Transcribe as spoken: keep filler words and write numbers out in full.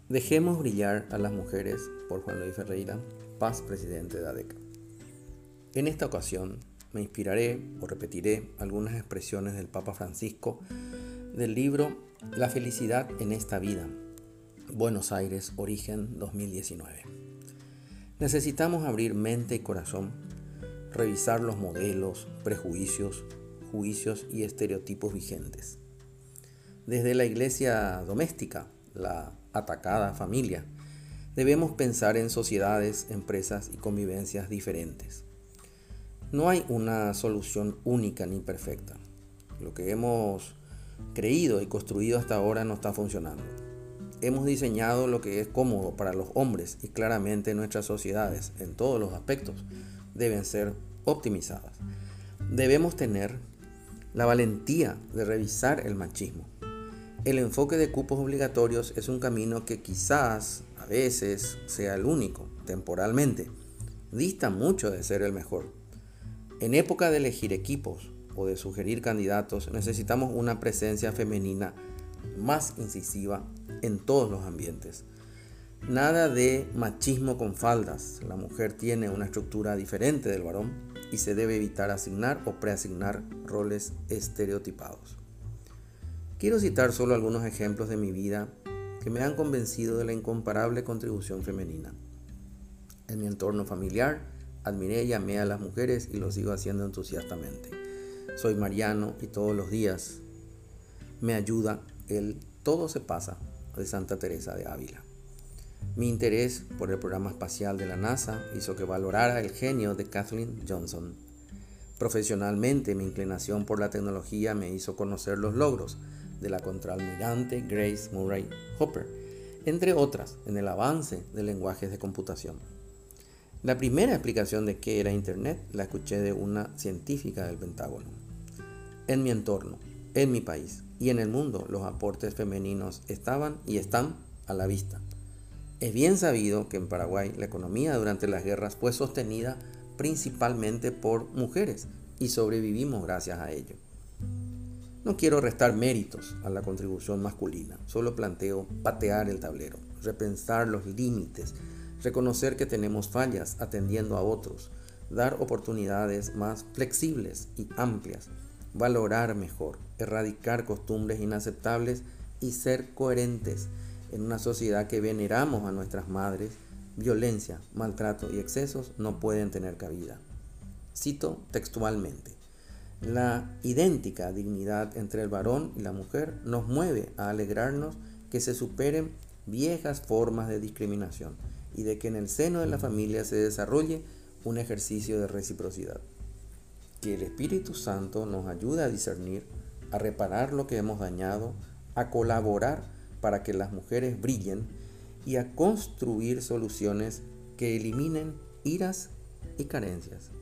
Dejemos brillar a las mujeres, por Juan Luis Ferreira, Paz, presidente de ADECA. En esta ocasión me inspiraré o repetiré algunas expresiones del Papa Francisco del libro La felicidad en esta vida, Buenos Aires, Origen dos mil diecinueve. Necesitamos abrir mente y corazón, revisar los modelos, prejuicios, juicios y estereotipos vigentes. Desde la iglesia doméstica, la atacada familia, debemos pensar en sociedades, empresas y convivencias diferentes. No hay una solución única ni perfecta. Lo que hemos creído y construido hasta ahora no está funcionando. Hemos diseñado lo que es cómodo para los hombres y claramente nuestras sociedades, en todos los aspectos, deben ser optimizadas. Debemos tener la valentía de revisar el machismo. El enfoque de cupos obligatorios es un camino que quizás a veces sea el único, temporalmente. Dista mucho de ser el mejor. En época de elegir equipos o de sugerir candidatos, necesitamos una presencia femenina más incisiva en todos los ambientes. Nada de machismo con faldas. La mujer tiene una estructura diferente del varón y se debe evitar asignar o preasignar roles estereotipados. Quiero citar solo algunos ejemplos de mi vida que me han convencido de la incomparable contribución femenina. En mi entorno familiar, admiré y amé a las mujeres y lo sigo haciendo entusiastamente. Soy mariano y todos los días me ayuda el Todo se pasa de Santa Teresa de Ávila. Mi interés por el programa espacial de la NASA hizo que valorara el genio de Kathleen Johnson. Profesionalmente, mi inclinación por la tecnología me hizo conocer los logros de la contraalmirante Grace Murray Hopper, entre otras, en el avance de lenguajes de computación. La primera explicación de qué era Internet la escuché de una científica del Pentágono. En mi entorno, en mi país y en el mundo, los aportes femeninos estaban y están a la vista. Es bien sabido que en Paraguay la economía durante las guerras fue sostenida principalmente por mujeres y sobrevivimos gracias a ello. No quiero restar méritos a la contribución masculina, solo planteo patear el tablero, repensar los límites, reconocer que tenemos fallas atendiendo a otros, dar oportunidades más flexibles y amplias, valorar mejor, erradicar costumbres inaceptables y ser coherentes en una sociedad que veneramos a nuestras madres. Violencia, maltrato y excesos no pueden tener cabida. Cito textualmente: la idéntica dignidad entre el varón y la mujer nos mueve a alegrarnos que se superen viejas formas de discriminación y de que en el seno de la familia se desarrolle un ejercicio de reciprocidad. Que el Espíritu Santo nos ayude a discernir, a reparar lo que hemos dañado, a colaborar para que las mujeres brillen y a construir soluciones que eliminen iras y carencias.